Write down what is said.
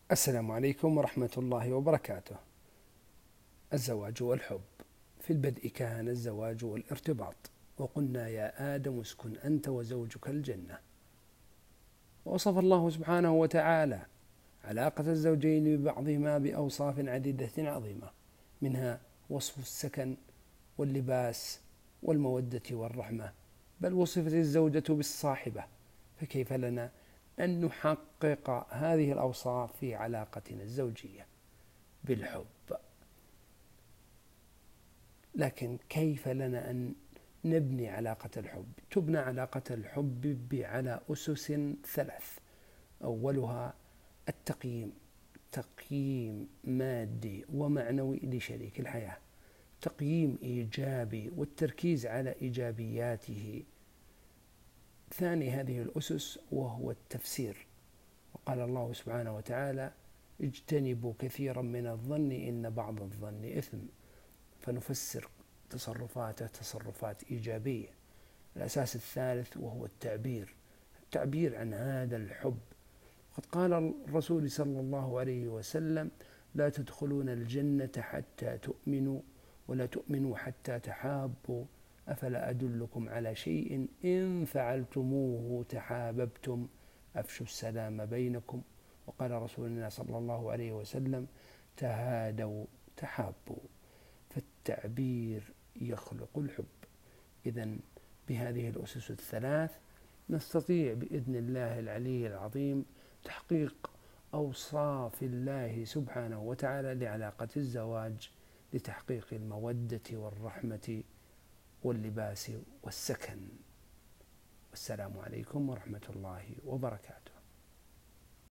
السلام عليكم ورحمة الله وبركاته. الزواج والحب. في البدء كان الزواج والارتباط، وقلنا يا آدم اسكن أنت وزوجك الجنة. ووصف الله سبحانه وتعالى علاقة الزوجين ببعضهما بأوصاف عديدة عظيمة، منها وصف السكن واللباس والمودة والرحمة، بل وصفت الزوجة بالصاحبة، فكيف لنا أن نحقق هذه الأوصاف في علاقتنا الزوجية بالحب؟ لكن كيف لنا أن نبني علاقة الحب؟ تبنى علاقة الحب على أسس ثلاث. أولها التقييم، تقييم مادي ومعنوي لشريك الحياة، تقييم إيجابي والتركيز على إيجابياته. ثاني هذه الأسس وهو التفسير، وقال الله سبحانه وتعالى: اجتنبوا كثيرا من الظن إن بعض الظن إثم، فنفسر تصرفاته تصرفات إيجابية. الأساس الثالث وهو التعبير عن هذا الحب. قد قال الرسول صلى الله عليه وسلم: لا تدخلون الجنة حتى تؤمنوا ولا تؤمنوا حتى تحابوا، أفلا أدلكم على شيء إن فعلتموه تحاببتم، أفشوا السلام بينكم. وقال رسولنا صلى الله عليه وسلم: تهادوا تحابوا. فالتعبير يخلق الحب. إذن بهذه الأسس الثلاث نستطيع بإذن الله العلي العظيم تحقيق أوصاف الله سبحانه وتعالى لعلاقة الزواج، لتحقيق المودة والرحمة واللباس والسكن. والسلام عليكم ورحمة الله وبركاته.